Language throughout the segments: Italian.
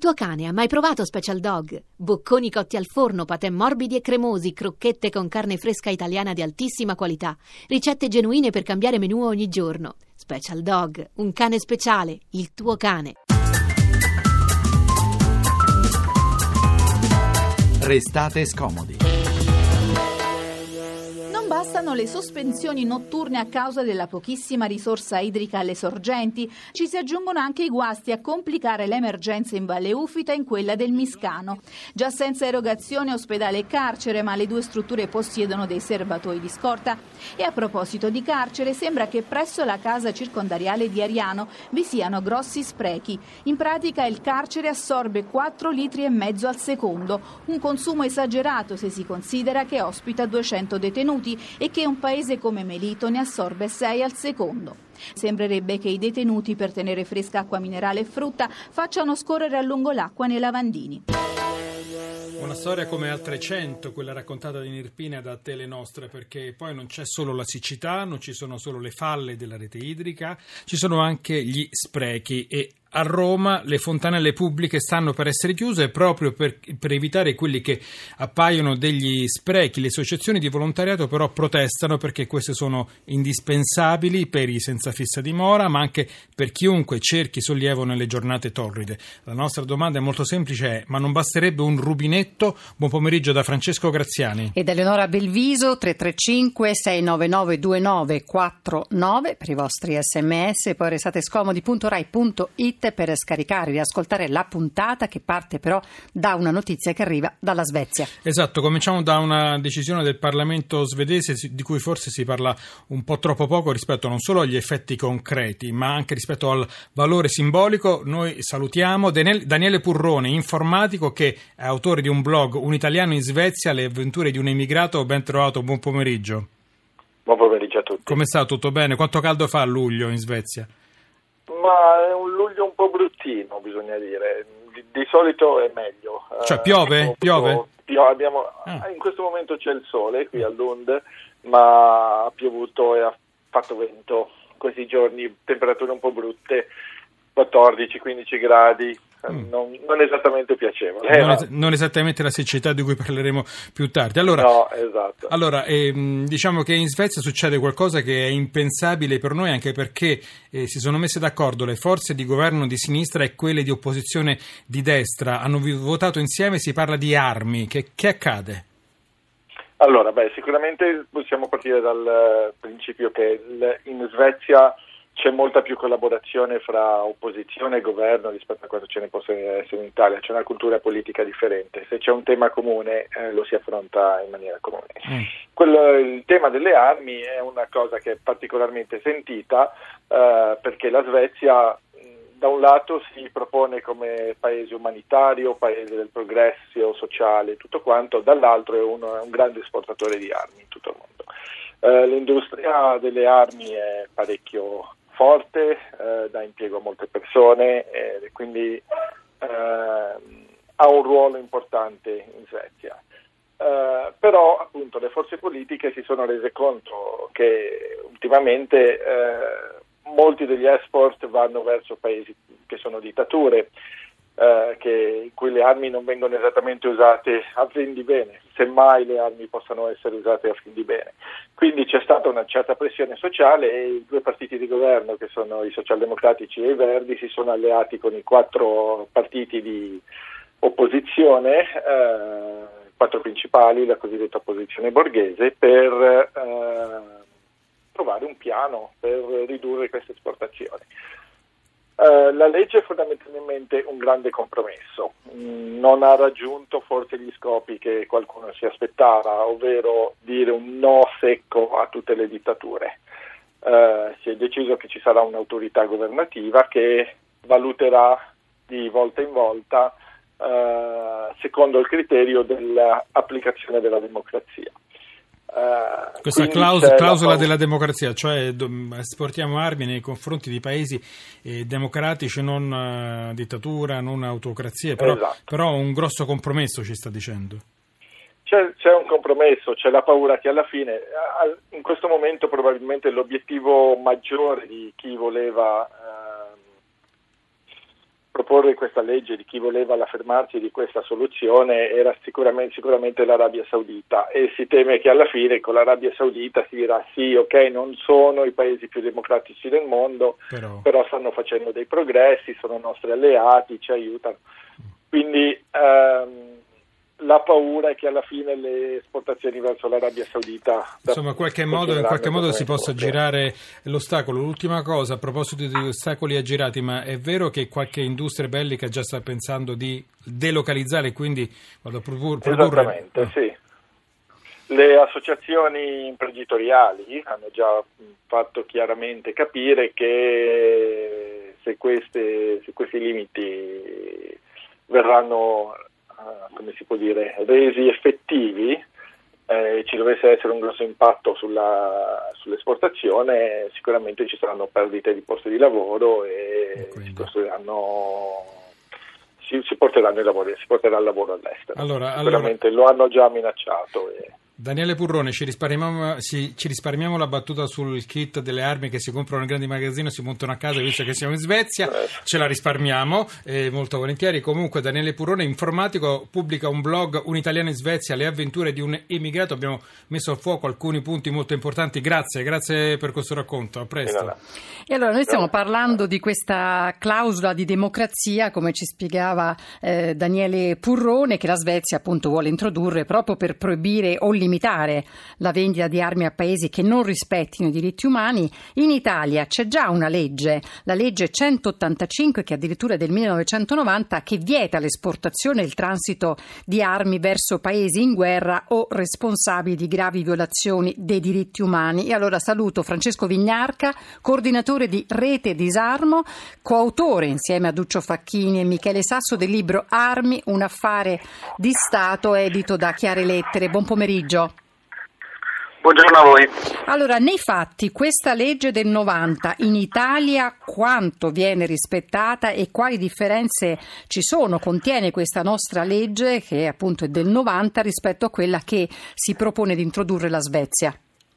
tuo cane ha mai provato Special Dog? Bocconi cotti al forno, patè morbidi e cremosi, crocchette con carne fresca italiana di altissima qualità, ricette genuine per cambiare menù ogni giorno. Special Dog, un cane speciale, il tuo cane. Restate scomodi. Non bastano le sospensioni notturne a causa della pochissima risorsa idrica alle sorgenti, ci si aggiungono anche i guasti a complicare l'emergenza in Valle Ufita e in quella del Miscano. Già senza erogazione ospedale e carcere, ma le due strutture possiedono dei serbatoi di scorta. E a proposito di carcere, sembra che presso la casa circondariale di Ariano vi siano grossi sprechi. In pratica il carcere assorbe 4,5 litri al secondo, un consumo esagerato se si considera che ospita 200 detenuti e che un paese come Melito ne assorbe 6 al secondo. Sembrerebbe che i detenuti, per tenere fresca acqua minerale e frutta, facciano scorrere a lungo l'acqua nei lavandini. Una storia come altre 100, quella raccontata in Irpinia da Telenostra, perché poi non c'è solo la siccità, non ci sono solo le falle della rete idrica, ci sono anche gli sprechi e a Roma le fontanelle pubbliche stanno per essere chiuse proprio per evitare quelli che appaiono degli sprechi. Le associazioni di volontariato però protestano perché queste sono indispensabili per i senza fissa dimora, ma anche per chiunque cerchi sollievo nelle giornate torride. La nostra domanda è molto semplice, ma non basterebbe un rubinetto? Buon pomeriggio da Francesco Graziani e da Eleonora Belviso. 335 699 2949 per i vostri sms, poi restatescomodi.rai.it per scaricare e riascoltare la puntata, che parte però da una notizia che arriva dalla Svezia. Esatto, cominciamo da una decisione del Parlamento svedese di cui forse si parla un po' troppo poco rispetto non solo agli effetti concreti ma anche rispetto al valore simbolico. Noi salutiamo Daniele Purrone, informatico, che è autore di un blog, Un italiano in Svezia, le avventure di un emigrato. Ben trovato, buon pomeriggio. Buon pomeriggio a tutti. Come sta? Tutto bene? Quanto caldo fa a luglio in Svezia? Ma è un luglio un po' bruttino, bisogna dire. Di solito è meglio. Cioè piove? Piove? In questo momento c'è il sole qui a Lund, ma ha piovuto e ha fatto vento questi giorni, temperature un po' brutte, 14-15 gradi. Non esattamente piacevole. Non esattamente la siccità di cui parleremo più tardi. Allora, no, esatto. Allora, diciamo che in Svezia succede qualcosa che è impensabile per noi, anche perché si sono messe d'accordo le forze di governo di sinistra e quelle di opposizione di destra. Hanno votato insieme, si parla di armi. Che accade? Allora, sicuramente possiamo partire dal principio che in Svezia c'è molta più collaborazione fra opposizione e governo rispetto a quanto ce ne possa essere in Italia. C'è una cultura politica differente. Se c'è un tema comune lo si affronta in maniera comune. Il tema delle armi è una cosa che è particolarmente sentita perché la Svezia da un lato si propone come paese umanitario, paese del progresso sociale, tutto quanto, dall'altro è un grande esportatore di armi in tutto il mondo. L'industria delle armi è parecchio forte, dà impiego a molte persone e quindi ha un ruolo importante in Svezia. Però appunto le forze politiche si sono rese conto che ultimamente molti degli export vanno verso paesi che sono dittature, in cui le armi non vengono esattamente usate a fin di bene, semmai le armi possano essere usate a fin di bene. Quindi c'è stata una certa pressione sociale e i due partiti di governo, che sono i socialdemocratici e i verdi, si sono alleati con i 4 partiti di opposizione, 4 principali, la cosiddetta opposizione borghese, per trovare un piano per ridurre queste esportazioni. La legge è fondamentalmente un grande compromesso, non ha raggiunto forse gli scopi che qualcuno si aspettava, ovvero dire un no secco a tutte le dittature. Si è deciso che ci sarà un'autorità governativa che valuterà di volta in volta secondo il criterio dell'applicazione della democrazia. Questa clausola della democrazia, cioè esportiamo armi nei confronti di paesi democratici, non dittatura, non autocrazia, però, esatto. Però un grosso compromesso ci sta dicendo. C'è un compromesso, c'è la paura che alla fine, in questo momento probabilmente l'obiettivo maggiore di chi voleva proporre questa legge, di chi voleva l'affermarsi di questa soluzione, era sicuramente l'Arabia Saudita, e si teme che alla fine con l'Arabia Saudita si dirà sì, ok, non sono i paesi più democratici del mondo, però stanno facendo dei progressi, sono nostri alleati, ci aiutano. Quindi la paura è che alla fine le esportazioni verso l'Arabia Saudita, insomma, in qualche modo si possa girare l'ostacolo. L'ultima cosa, a proposito di ostacoli aggirati, ma è vero che qualche industria bellica già sta pensando di delocalizzare e quindi vado a produrre? Esattamente, sì. Le associazioni imprenditoriali hanno già fatto chiaramente capire che se questi limiti verranno come si può dire, resi effettivi, ci dovesse essere un grosso impatto sull'esportazione, sicuramente ci saranno perdite di posti di lavoro e si porterà il lavoro all'estero. Sicuramente lo hanno già minacciato. Daniele Purrone, ci risparmiamo la battuta sul kit delle armi che si comprano nei grandi magazzini e si montano a casa, visto che siamo in Svezia, ce la risparmiamo molto volentieri. Comunque Daniele Purrone, informatico, pubblica un blog, Un italiano in Svezia, le avventure di un emigrato. Abbiamo messo a fuoco alcuni punti molto importanti. Grazie per questo racconto, a presto. E allora noi stiamo parlando di questa clausola di democrazia, come ci spiegava Daniele Purrone, che la Svezia appunto vuole introdurre proprio per proibire o limitare la vendita di armi a paesi che non rispettino i diritti umani. In Italia c'è già una legge, la legge 185, che addirittura è del 1990, che vieta l'esportazione e il transito di armi verso paesi in guerra o responsabili di gravi violazioni dei diritti umani. E allora saluto Francesco Vignarca, coordinatore di Rete Disarmo, coautore insieme a Duccio Facchini e Michele Sasso del libro Armi, un affare di Stato, edito da Chiare Lettere. Buon pomeriggio. Buongiorno a voi. Allora, nei fatti, questa legge del 90 in Italia quanto viene rispettata e quali differenze ci sono? Contiene questa nostra legge, che appunto è del 90, rispetto a quella che si propone di introdurre la Svezia?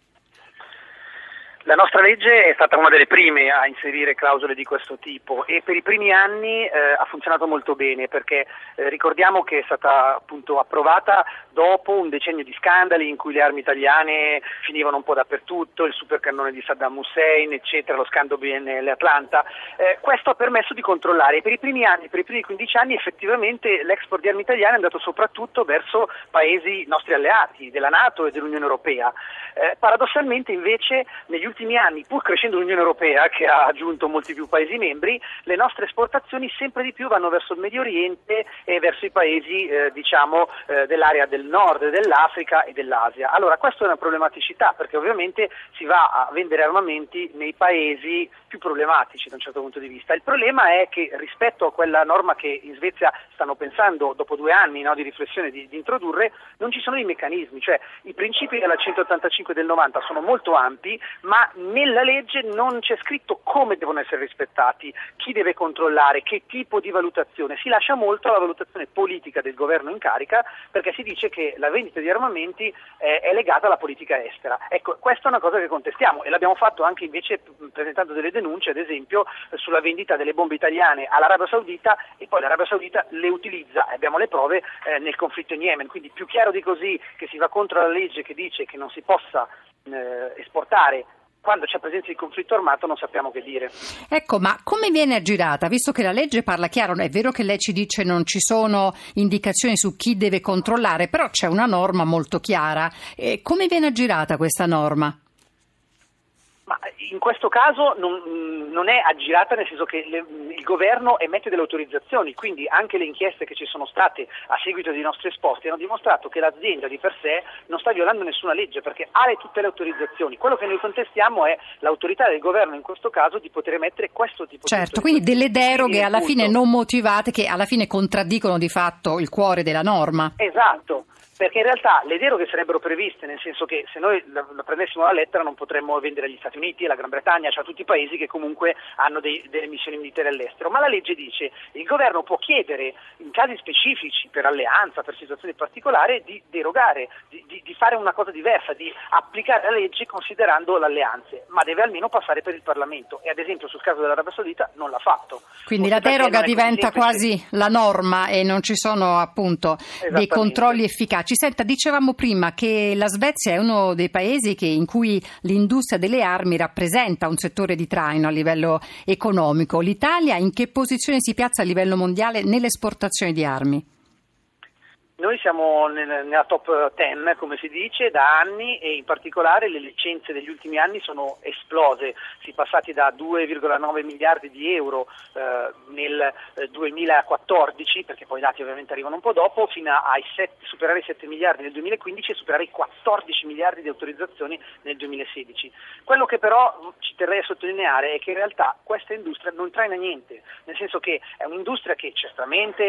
La nostra legge è stata una delle prime a inserire clausole di questo tipo e per i primi anni ha funzionato molto bene, perché ricordiamo che è stata appunto approvata dopo un decennio di scandali in cui le armi italiane finivano un po' dappertutto, il supercannone di Saddam Hussein, eccetera, lo scandalo BNL Atlanta. Questo ha permesso di controllare. Per i primi 15 anni effettivamente l'export di armi italiane è andato soprattutto verso paesi nostri alleati, della NATO e dell'Unione Europea. Paradossalmente invece negli ultimi anni, pur crescendo l'Unione Europea, che ha aggiunto molti più paesi membri, le nostre esportazioni sempre di più vanno verso il Medio Oriente e verso i paesi dell'area del nord, dell'Africa e dell'Asia. Allora questa è una problematicità, perché ovviamente si va a vendere armamenti nei paesi più problematici da un certo punto di vista. Il problema è che rispetto a quella norma che in Svezia stanno pensando dopo 2 anni di riflessione di introdurre, non ci sono i meccanismi, cioè i principi della 185 del 90 sono molto ampi, ma nella legge non c'è scritto come devono essere rispettati, chi deve controllare, che tipo di valutazione. Si lascia molto alla valutazione politica del governo in carica, perché si dice che la vendita di armamenti è legata alla politica estera. Ecco, questa è una cosa che contestiamo e l'abbiamo fatto anche invece presentando delle denunce, ad esempio, sulla vendita delle bombe italiane all'Arabia Saudita, e poi l'Arabia Saudita le utilizza, abbiamo le prove, nel conflitto in Yemen. Quindi più chiaro di così, che si va contro la legge che dice che non si possa esportare quando c'è presenza di conflitto armato, non sappiamo che dire. Ecco, ma come viene aggirata? Visto che la legge parla chiaro, è vero che lei ci dice non ci sono indicazioni su chi deve controllare, però c'è una norma molto chiara. Come viene aggirata questa norma? Ma in questo caso non è aggirata, nel senso che il governo emette delle autorizzazioni, quindi anche le inchieste che ci sono state a seguito dei nostri esposti hanno dimostrato che l'azienda di per sé non sta violando nessuna legge, perché ha tutte le autorizzazioni. Quello che noi contestiamo è l'autorità del governo in questo caso di poter emettere questo tipo di autorizzazioni. Certo, quindi delle deroghe alla fine non motivate, che alla fine contraddicono di fatto il cuore della norma. Esatto. Perché in realtà le deroghe sarebbero previste, nel senso che se noi la prendessimo alla lettera non potremmo vendere agli Stati Uniti, alla Gran Bretagna, cioè a tutti i paesi che comunque hanno delle missioni militari all'estero, ma la legge dice che il governo può chiedere in casi specifici, per alleanza, per situazioni particolari, di derogare, di fare una cosa diversa, di applicare la legge considerando le alleanze, ma deve almeno passare per il Parlamento e ad esempio sul caso dell'Arabia Saudita non l'ha fatto. Quindi la deroga diventa quasi la norma e non ci sono appunto dei controlli efficaci. Senta, dicevamo prima che la Svezia è uno dei paesi in cui l'industria delle armi rappresenta un settore di traino a livello economico. L'Italia in che posizione si piazza a livello mondiale nell'esportazione di armi? Noi siamo nella top 10, come si dice, da anni e in particolare le licenze degli ultimi anni sono esplose. Si è passati da 2,9 miliardi di euro nel 2014, perché poi i dati ovviamente arrivano un po' dopo, fino a superare i 7 miliardi nel 2015 e superare i 14 miliardi di autorizzazioni nel 2016. Quello che però ci terrei a sottolineare è che in realtà questa industria non traina niente, nel senso che è un'industria che certamente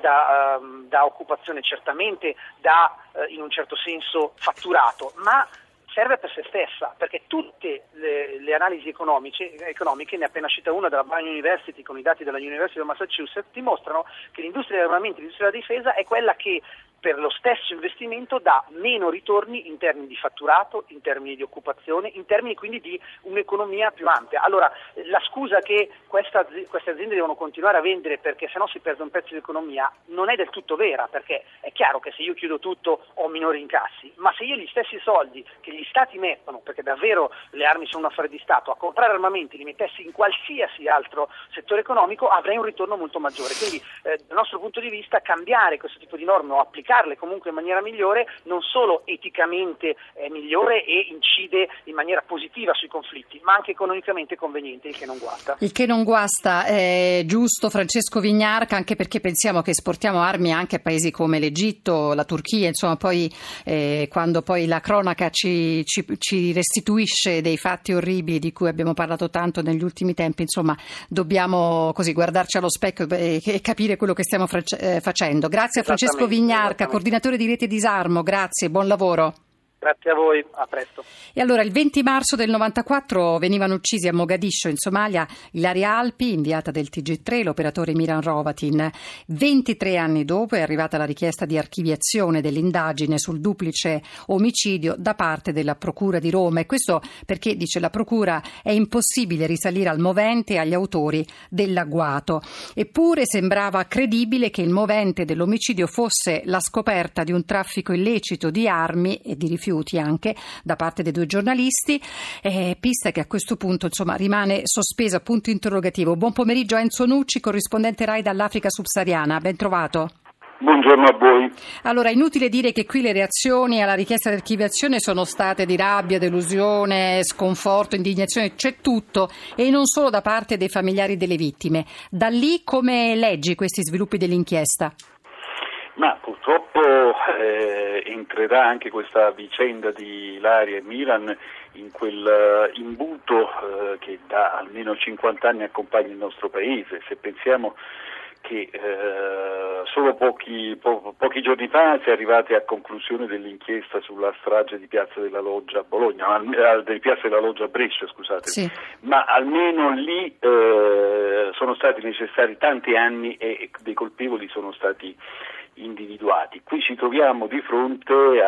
dà occupazione, certamente dà in un certo senso fatturato, ma serve per se stessa, perché tutte le analisi economiche, ne ha appena cita una della Brown University con i dati della University of Massachusetts, dimostrano che l'industria degli armamenti, l'industria della difesa è quella che per lo stesso investimento dà meno ritorni in termini di fatturato, in termini di occupazione, in termini quindi di un'economia più ampia. Allora, la scusa che queste aziende devono continuare a vendere perché sennò si perde un pezzo di economia non è del tutto vera, perché è chiaro che se io chiudo tutto ho minori incassi, ma se io gli stessi soldi che gli stati mettono, perché davvero le armi sono un affare di Stato, a comprare armamenti li mettessi in qualsiasi altro settore economico, avrei un ritorno molto maggiore. Quindi dal nostro punto di vista cambiare questo tipo di norme o applicarle comunque in maniera migliore non solo eticamente è migliore e incide in maniera positiva sui conflitti, ma anche economicamente conveniente, il che non guasta. Il che non guasta, è giusto, Francesco Vignarca, anche perché pensiamo che esportiamo armi anche a paesi come l'Egitto, la Turchia, insomma poi quando poi la cronaca ci restituisce dei fatti orribili di cui abbiamo parlato tanto negli ultimi tempi, insomma dobbiamo così guardarci allo specchio e capire quello che stiamo facendo. Grazie a Francesco Vignarca, coordinatore di Rete Disarmo, grazie, buon lavoro. Grazie a voi, a presto. E allora il 20 marzo del 94 venivano uccisi a Mogadiscio in Somalia Ilaria Alpi, inviata del TG3, l'operatore Miran Hrovatin. 23 anni dopo è arrivata la richiesta di archiviazione dell'indagine sul duplice omicidio da parte della Procura di Roma, e questo perché, dice la Procura, è impossibile risalire al movente e agli autori dell'agguato. Eppure sembrava credibile che il movente dell'omicidio fosse la scoperta di un traffico illecito di armi e di rifiuti anche da parte dei due giornalisti, pista che a questo punto insomma rimane sospesa, punto interrogativo. Buon pomeriggio a Enzo Nucci, corrispondente RAI dall'Africa subsahariana, ben trovato. Buongiorno a voi. Allora, inutile dire che qui le reazioni alla richiesta di archiviazione sono state di rabbia, delusione, sconforto, indignazione, c'è tutto, e non solo da parte dei familiari delle vittime. Da lì come leggi questi sviluppi dell'inchiesta? Ma purtroppo entrerà anche questa vicenda di Ilaria e Miran in quel imbuto che da almeno 50 anni accompagna il nostro paese. Se pensiamo che solo pochi giorni fa si è arrivati a conclusione dell'inchiesta sulla strage di Piazza della Loggia a Bologna, di Piazza della Loggia a Brescia, scusate, sì. Ma almeno lì sono stati necessari tanti anni e dei colpevoli sono stati individuati. Qui ci troviamo di fronte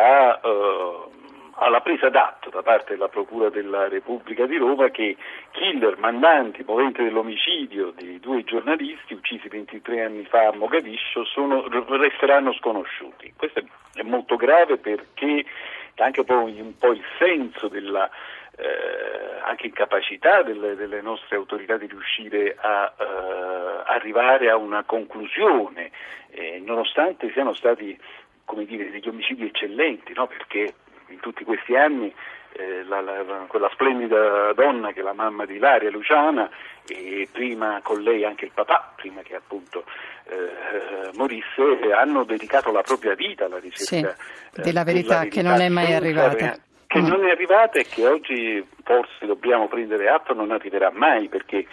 alla presa d'atto da parte della Procura della Repubblica di Roma che killer, mandanti, movente dell'omicidio di due giornalisti uccisi 23 anni fa a Mogadiscio resteranno sconosciuti. Questo è molto grave perché dà anche un po' il senso della anche incapacità delle nostre autorità di riuscire a arrivare a una conclusione, nonostante siano stati, come dire, degli omicidi eccellenti, no? Perché in tutti questi anni quella splendida donna che è la mamma di Ilaria, Luciana, e prima con lei anche il papà, prima che appunto morisse, hanno dedicato la propria vita alla ricerca della verità che non è mai arrivata. Non è arrivata e che oggi forse dobbiamo prendere atto non arriverà mai, perché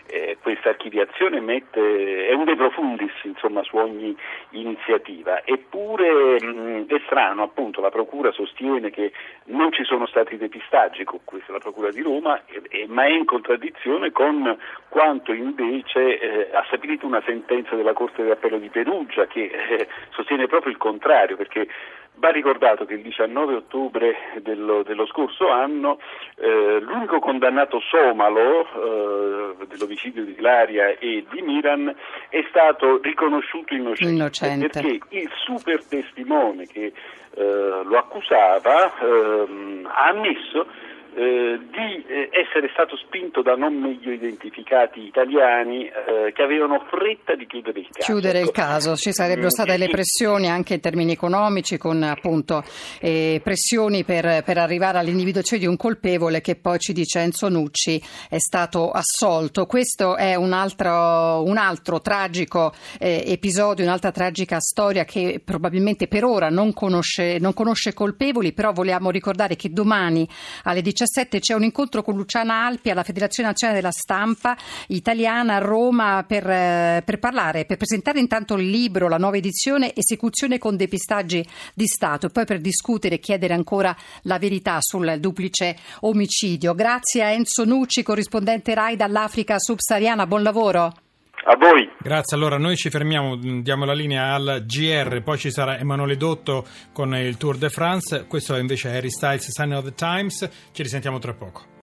questa archiviazione è un de profundis, insomma, su ogni iniziativa. Eppure è strano, appunto, la Procura sostiene che non ci sono stati depistaggi, con questa è la Procura di Roma, ma è in contraddizione con quanto invece ha stabilito una sentenza della Corte d'Appello di Perugia che sostiene proprio il contrario, perché va ricordato che il 19 ottobre dello scorso anno l'unico condannato somalo dell'omicidio di Ilaria e di Miran è stato riconosciuto innocente. Perché il super testimone che lo accusava ha ammesso di essere stato spinto da non meglio identificati italiani che avevano fretta di chiudere il caso. Ci sarebbero state le pressioni anche in termini economici, con appunto pressioni per arrivare all'individuazione di un colpevole che poi, ci dice Enzo Nucci, è stato assolto. Questo è un altro tragico episodio, un'altra tragica storia che probabilmente per ora non conosce colpevoli, però vogliamo ricordare che domani alle 17 c'è un incontro con Luciana Alpi alla Federazione Nazionale della Stampa Italiana a Roma per presentare intanto il libro, la nuova edizione Esecuzione con depistaggi di Stato, e poi per discutere e chiedere ancora la verità sul duplice omicidio. Grazie a Enzo Nucci, corrispondente RAI dall'Africa subsahariana, buon lavoro. A voi. Grazie, allora noi ci fermiamo, diamo la linea al GR, poi ci sarà Emanuele Dotto con il Tour de France, questo è invece Harry Styles, Sign of the Times, ci risentiamo tra poco.